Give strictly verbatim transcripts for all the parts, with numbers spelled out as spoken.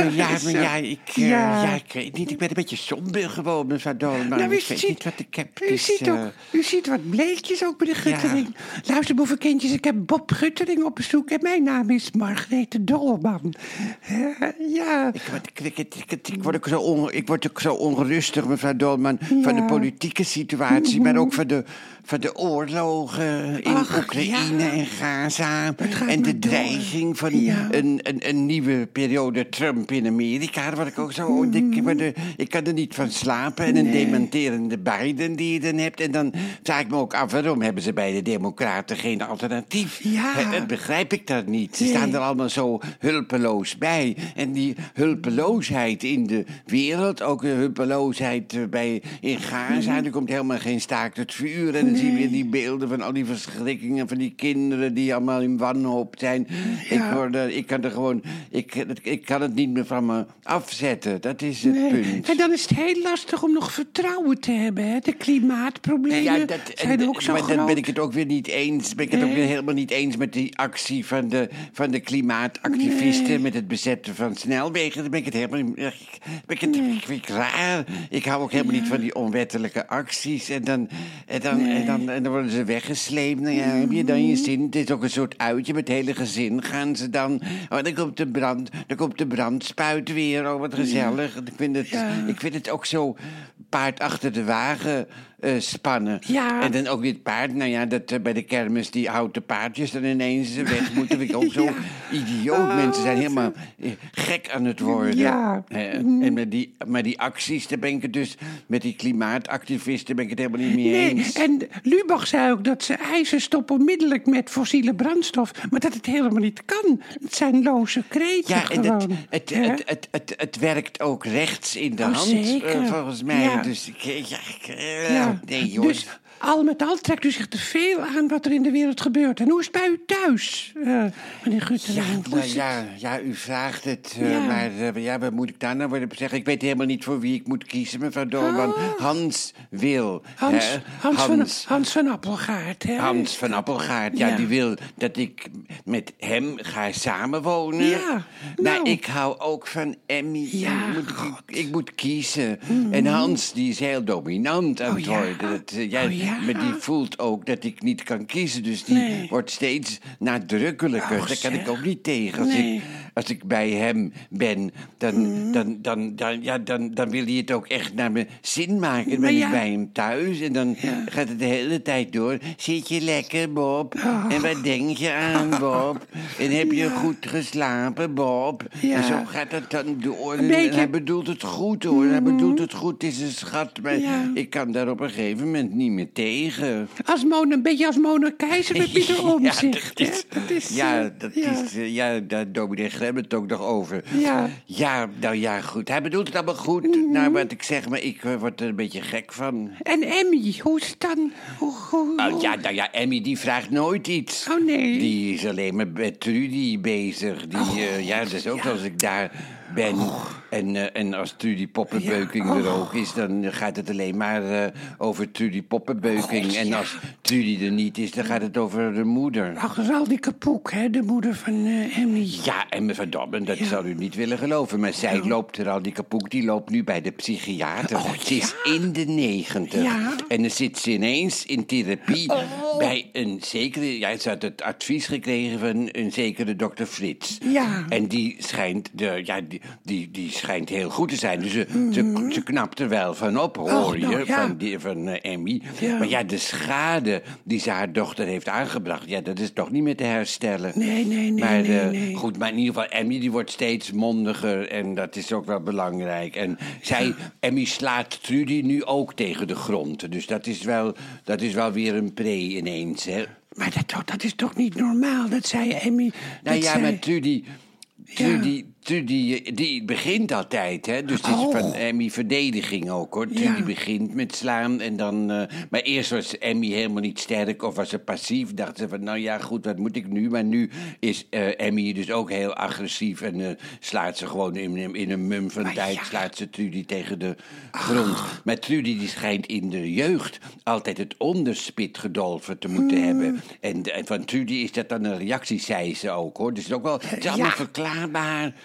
Uh, ja, maar ja, ik, uh, ja. ja, ik weet niet. Ik ben een beetje somber gewoon, mevrouw Dolman. Nou, ik weet ziet, niet wat ik heb. U, dus, ziet uh, ook, u ziet wat bleekjes ook bij de Guttering. Ja. Luister, boevenkindjes, ik heb Bob Guttering op bezoek en mijn naam is Margrethe Dolman. Uh, ja. Ik, ik, ik, ik, ik, word ook zo on, ik word ook zo ongerustig, mevrouw Dolman, ja. van de politieke situatie, maar ook van de, van de oorlogen in Ach, Oekraïne ja. en Gaza. En de dreiging van ja. een, een, een nieuwe periode Trump in Amerika. Daar word ik ook zo... Mm. Ik, de, ik kan er niet van slapen. En een nee. dementerende Biden die je dan hebt. En dan vraag ik me ook af, waarom hebben ze bij de Democraten geen alternatief? Ja. Dat begrijp ik dat niet. Ze nee. staan er allemaal zo hulpeloos bij. En die hulpeloosheid in de wereld, ook de hulpeloosheid bij, in Gaza, mm. er komt helemaal geen staakt het vuur. En dan nee. zie je weer die beelden van al die verschrikkingen van die kinderen die allemaal in wanhoop zijn. Ja. Ik, word, ik kan er gewoon... Ik, ik kan het niet meer van me afzetten. Dat is het nee. punt. En dan is het heel lastig om nog vertrouwen te hebben. Hè? De klimaatproblemen ja, dat, zijn en, ook zo maar groot. Dan ben ik het ook weer niet eens. Ben ik het nee. ook weer helemaal niet eens met die actie van de, van de klimaatactivisten. Nee. Met het bezetten van snelwegen. Dan ben ik het helemaal niet... Ben ik het nee. vind ik raar. Ik hou ook helemaal ja. niet van die onwettelijke acties. En dan, en dan, nee. en dan, en dan worden ze weggesleept. Nou ja, heb je dan je zin? Het is ook een soort uitje met het hele gezin. Gaan ze dan... Oh, dan komt de brand, dan komt de brandspuit weer. Oh, wat gezellig. Ik vind het, ja. ik vind het ook zo paard achter de wagen uh, spannen. Ja. En dan ook dit paard. Nou ja, dat uh, bij de kermis die houten paardjes dan ineens weg moeten. Vind ik ook zo ja. idioot. Oh, mensen zijn helemaal uh, gek aan het worden. Ja. Uh, en met die, maar die acties, daar ben ik het dus... Met die klimaatactivisten ben ik het helemaal niet mee nee. eens. En Lubach zei ook dat ze eisen stoppen onmiddellijk met fossiele brandstof. Maar dat het helemaal niet kan. Het zijn loze kreten ja, en gewoon. Het, het, het, het, het, het, het werkt ook rechts in de oh, hand, uh, volgens mij. Ja. Dus ik... Ja, ik uh, ja. Nee, jongens. Dus al met al trekt u zich te veel aan wat er in de wereld gebeurt. En hoe is het bij u thuis, uh, meneer Guttering? Ja, nou, ja, ja, u vraagt het. Uh, ja. Maar uh, ja, wat moet ik daar nou willen zeggen? Ik weet helemaal niet voor wie ik moet kiezen, mevrouw Dolman. Oh. Hans wil. Hans, hè? Hans, Hans, van, Hans van Appelgaard, hè? Hans van Appelgaard, ja, ja, die wil dat ik met hem ga samenwonen. Ja, nou. Maar ik hou ook van Emmy. Ja, moet ik, ik moet kiezen. Mm-hmm. En Hans, die is heel dominant aan het oh, worden. Ja. Dat, uh, ja, oh, ja. Maar die voelt ook dat ik niet kan kiezen. Dus die nee. wordt steeds nadrukkelijker. Oh, Daar kan ik ook niet tegen. Als, nee. ik, als ik bij hem ben, dan, mm. dan, dan, dan, ja, dan, dan wil hij het ook echt naar mijn zin maken. Dan ben ja. ik bij hem thuis en dan ja. gaat het de hele tijd door. Zit je lekker, Bob? Oh. En wat denk je aan, Bob? En heb je ja. goed geslapen, Bob? Ja. En zo gaat het dan door. En, en hij bedoelt het goed, hoor. Mm. Hij bedoelt het goed, het is een schat. Maar ja. ik kan daar op een gegeven moment niet meer tegen. Als Mona, een beetje als Mona Keizer met Pieter Omtzigt. Ja, dat is... Dat is ja, dat ja. is... Uh, ja, daar dominee Grem het ook nog over. Ja. Ja, nou ja, goed. Hij bedoelt het allemaal goed. Mm-hmm. Nou, wat ik zeg, maar ik uh, word er een beetje gek van. En Emmy, hoe is het dan? Hoe, hoe, oh, ja, nou ja, Emmy die vraagt nooit iets. Oh, nee. Die is alleen maar met Trudy bezig. Die, oh, uh, ja, dat is ook ja. als ik daar... ben. Oh. En, uh, en als Trudy Poppenbeuking ja. oh. er ook is, dan gaat het alleen maar uh, over Trudy Poppenbeuking. Oh, en ja. als Trudy er niet is, dan gaat het over de moeder. Ach, dat is al die kapoek, hè, de moeder van uh, Emmy. Ja, en mevrouw Dobben, dat ja. zou u niet willen geloven. Maar zij oh. loopt er al, die kapoek, die loopt nu bij de psychiater. Oh, ze is ja. in de negentig. Ja. En dan zit ze ineens in therapie oh. bij een zekere... Ja, ze had het advies gekregen van een zekere dokter Frits. Ja. En die schijnt... De, ja, die, Die, die schijnt heel goed te zijn. Dus ze, mm-hmm. ze, ze knapt er wel van op, hoor oh, je, nou, ja. van, die, van uh, Emmy. Ja. Maar ja, de schade die ze haar dochter heeft aangebracht... ja, dat is toch niet meer te herstellen. Nee, nee, nee, maar, nee, uh, nee. Goed, maar in ieder geval, Emmy die wordt steeds mondiger... en dat is ook wel belangrijk. En zij, Emmy slaat Trudy nu ook tegen de grond. Dus dat is wel, dat is wel weer een pre ineens, hè. Maar dat, dat is toch niet normaal, dat zei Emmy... Nou ja, zij... maar Trudy... Trudy, ja. Trudy, die begint altijd, hè. Dus het is oh. van Emmy verdediging ook, hoor. Trudy ja. begint met slaan en dan... Uh, maar eerst was Emmy helemaal niet sterk of was ze passief. Dacht ze van, nou ja, goed, wat moet ik nu? Maar nu is uh, Emmy dus ook heel agressief... en uh, slaat ze gewoon in, in een mum van maar tijd... Ja. slaat ze Trudy tegen de grond. Oh. Maar Trudy die schijnt in de jeugd... altijd het onderspit gedolven te moeten mm. hebben. En, en van Trudy is dat dan een reactie, zei ze ook, hoor. Dus het is ook wel... Het is allemaal ja. verklaarbaar...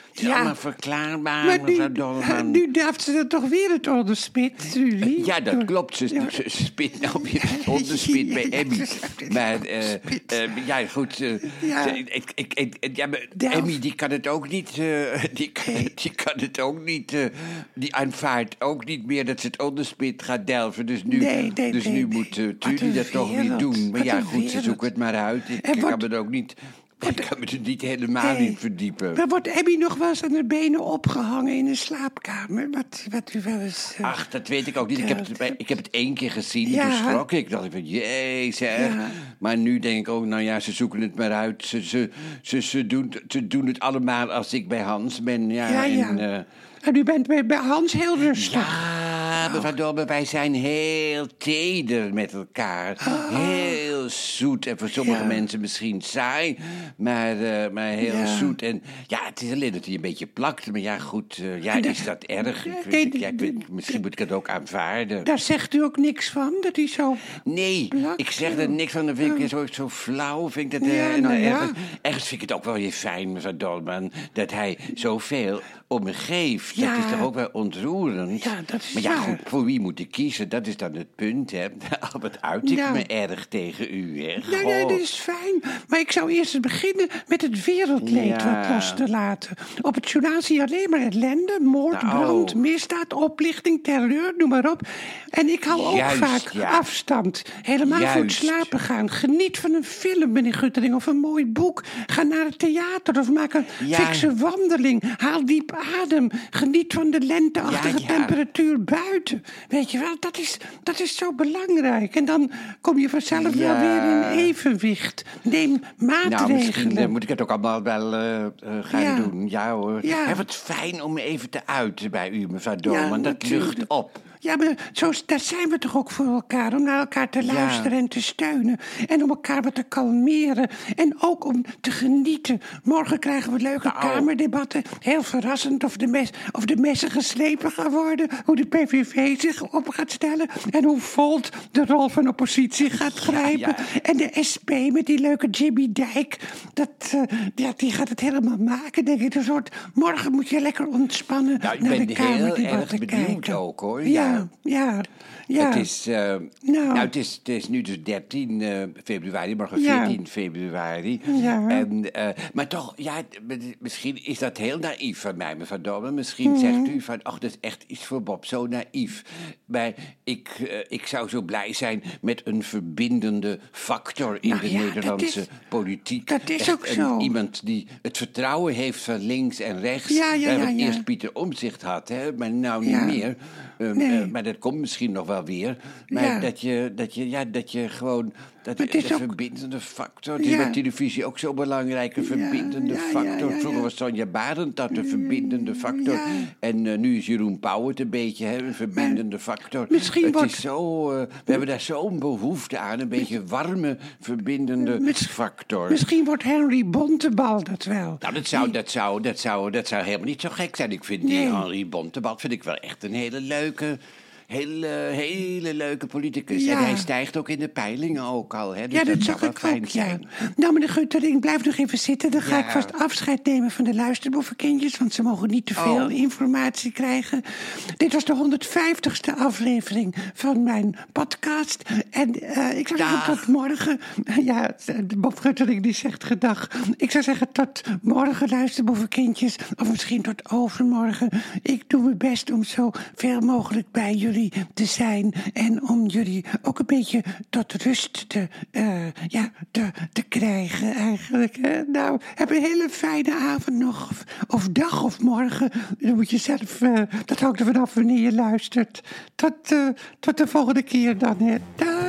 Het is Ja. allemaal verklaarbaar, Maar nu, mevrouw Dolman. nu daft ze er toch weer het onderspit, Rudy. Ja, dat klopt. Ze, Ja. ze spit nou weer het onderspit bij Emmy. Maar, eh, eh, ja, goed. eh, Ja. ze- ik, ik, ik, ja, maar Delft. Emmy, die kan het ook niet... eh, die, kan, die kan het ook niet... eh, die aanvaardt ook niet meer dat ze het onderspit gaat delven. Dus nu, Nee, nee, dus nee, nu nee. moet uh, Wat Trudy een dat toch weer wereld. doen. Maar Wat ja, een goed, ze wereld. zoeken het maar uit. Ik, En ik wordt- kan me er ook niet... Ik kan me er niet helemaal Nee. in verdiepen. Maar wordt Abby nog wel eens aan haar benen opgehangen in een slaapkamer? Wat, wat u wel eens... eh, Ach, dat weet ik ook niet. Ik heb het, bij- ik heb het één keer gezien. Ja. Toen schrok ik. dacht ik van, jezus. Ja. Maar nu denk ik ook, nou ja, ze zoeken het maar uit. Ze, ze, ze, ze, doen, ze doen het allemaal als ik bij Hans ben. Ja, Ja, ja. En, eh, En u bent bij, bij Hans heel rustig. ja, mevrouw Dolman, wij zijn heel teder met elkaar. Heel zoet. En voor sommige Ah. Ja. mensen misschien saai, maar, eh, maar heel Ja. zoet. En ja, het is alleen dat hij een beetje plakt. Maar ja, goed, eh, ja, En dat- is dat erg? Ik Nee, weet, ja, ik weet, misschien moet ik het ook aanvaarden. Daar zegt u ook niks van, dat hij zo... Nee, Plakt, ik zeg ja. er niks van. Dan vind ik het zo, zo flauw. Vind ik dat, Ja, eh, en dan nou ja. ergens, ergens vind ik het ook wel weer fijn, mevrouw Dolman, dat hij zoveel om me geeft. Ja. Dat is toch ook wel ontroerend? Ja, dat is Maar ja, waar. goed, voor wie moet ik kiezen? Dat is dan het punt, hè. Al wat uit ik Ja. me erg tegen u, hè. Nee, nee, Goh. dat is fijn. Maar ik zou eerst eens beginnen met het wereldleed Ja. wat los te laten. Op het journaal zie je alleen maar ellende, moord, Nou. brand, misdaad, oplichting, terreur, noem maar op. En ik hou ook Juist, vaak ja. afstand. Helemaal voor het Juist. slapen gaan. Geniet van een film, meneer Guttering, of een mooi boek. Ga naar het theater of maak een Ja. fikse wandeling. Haal diep adem. Geniet van de lenteachtige Ja, ja. temperatuur buiten. Weet je wel, dat is, dat is zo belangrijk. En dan kom je vanzelf wel Ja. weer in evenwicht. Neem maatregelen. Nou, misschien eh, moet ik het ook allemaal wel eh, eh, gaan Ja. doen. Ja hoor. Ja. Hè, wat fijn om even te uiten bij u, mevrouw Dolman. Ja, dat natuurlijk. lucht op. Ja, maar zo, daar zijn we toch ook voor elkaar. Om naar elkaar te Ja. luisteren en te steunen. En om elkaar wat te kalmeren. En ook om te genieten. Morgen krijgen we leuke Nou. kamerdebatten. Heel verrassend of de, mes, of de messen geslepen gaan worden. Hoe de P V V zich op gaat stellen. En hoe Volt de rol van oppositie gaat grijpen. ja. En de S P met die leuke Jimmy Dijk. Dat, eh, ja, die gaat het helemaal maken, denk ik. Een soort, morgen moet je lekker ontspannen Nou, ik naar ben de heel kamerdebatten erg benieuwd kijken. ook, hoor. Ja, Ja. ja, ja. Het is, eh, Nou. nou, het, is, het is nu dus dertien eh, februari, morgen Ja. veertien februari. Ja. En, eh, maar toch, ja, misschien is dat heel naïef van mij, mevrouw Dolman. Mhm. Misschien zegt u van, ach, dat is echt iets voor Bob, zo naïef. Maar ik, eh, ik zou zo blij zijn met een verbindende factor in Nou de ja, dat Nederlandse is- politiek. dat is Echt ook een- zo. Iemand die het vertrouwen heeft van links en rechts. Ja, ja, Waar ja, het ja. eerst Pieter Omtzigt had, hè, maar nou niet Ja. meer. Um, Nee. eh, maar dat komt misschien nog wel weer. Maar Ja. dat, je, dat, je, ja, dat je gewoon... Dat, Maar het is de ook- verbindende factor. Het is Ja. bij televisie ook zo belangrijk. Een verbindende ja, ja, factor. ja, ja. Vroeger was Sonja Barend dat, een verbindende factor. Ja. En eh, nu is Jeroen Pauw het een beetje, hè, een verbindende factor. misschien het wordt- is zo... eh, we hebben daar zo'n behoefte aan. Een beetje warme, verbindende Mis- factor. Misschien wordt Henry Bontebal dat wel. Nou, dat zou, dat, zou, dat, zou, dat zou helemaal niet zo gek zijn. Ik vind die Nee. Henri Bontebal vind ik wel echt een hele leuke... Hele, hele leuke politicus. Ja. En hij stijgt ook in de peilingen ook al. Hè? Dus Ja, dat zou zag wel ik fijn ook, ja. zijn. Nou, meneer Guttering, blijf nog even zitten. Dan ga Ja. ik vast afscheid nemen van de luisterboevenkindjes... want ze mogen niet te veel Oh. informatie krijgen. Dit was de honderdvijftigste aflevering van mijn podcast. En eh, ik zou Dag. zeggen tot morgen. Ja, Bob Guttering die zegt gedag. Ik zou zeggen tot morgen, luisterboevenkindjes. Of misschien tot overmorgen. Ik doe mijn best om zo veel mogelijk bij jullie te zijn. En om jullie ook een beetje tot rust te, eh, ja, te, te krijgen eigenlijk. Hè? Nou, heb een hele fijne avond nog. Of, of dag of morgen. Dan moet je zelf, eh, dat hangt er vanaf wanneer je luistert. Tot, eh, tot de volgende keer dan. Hè. Dag.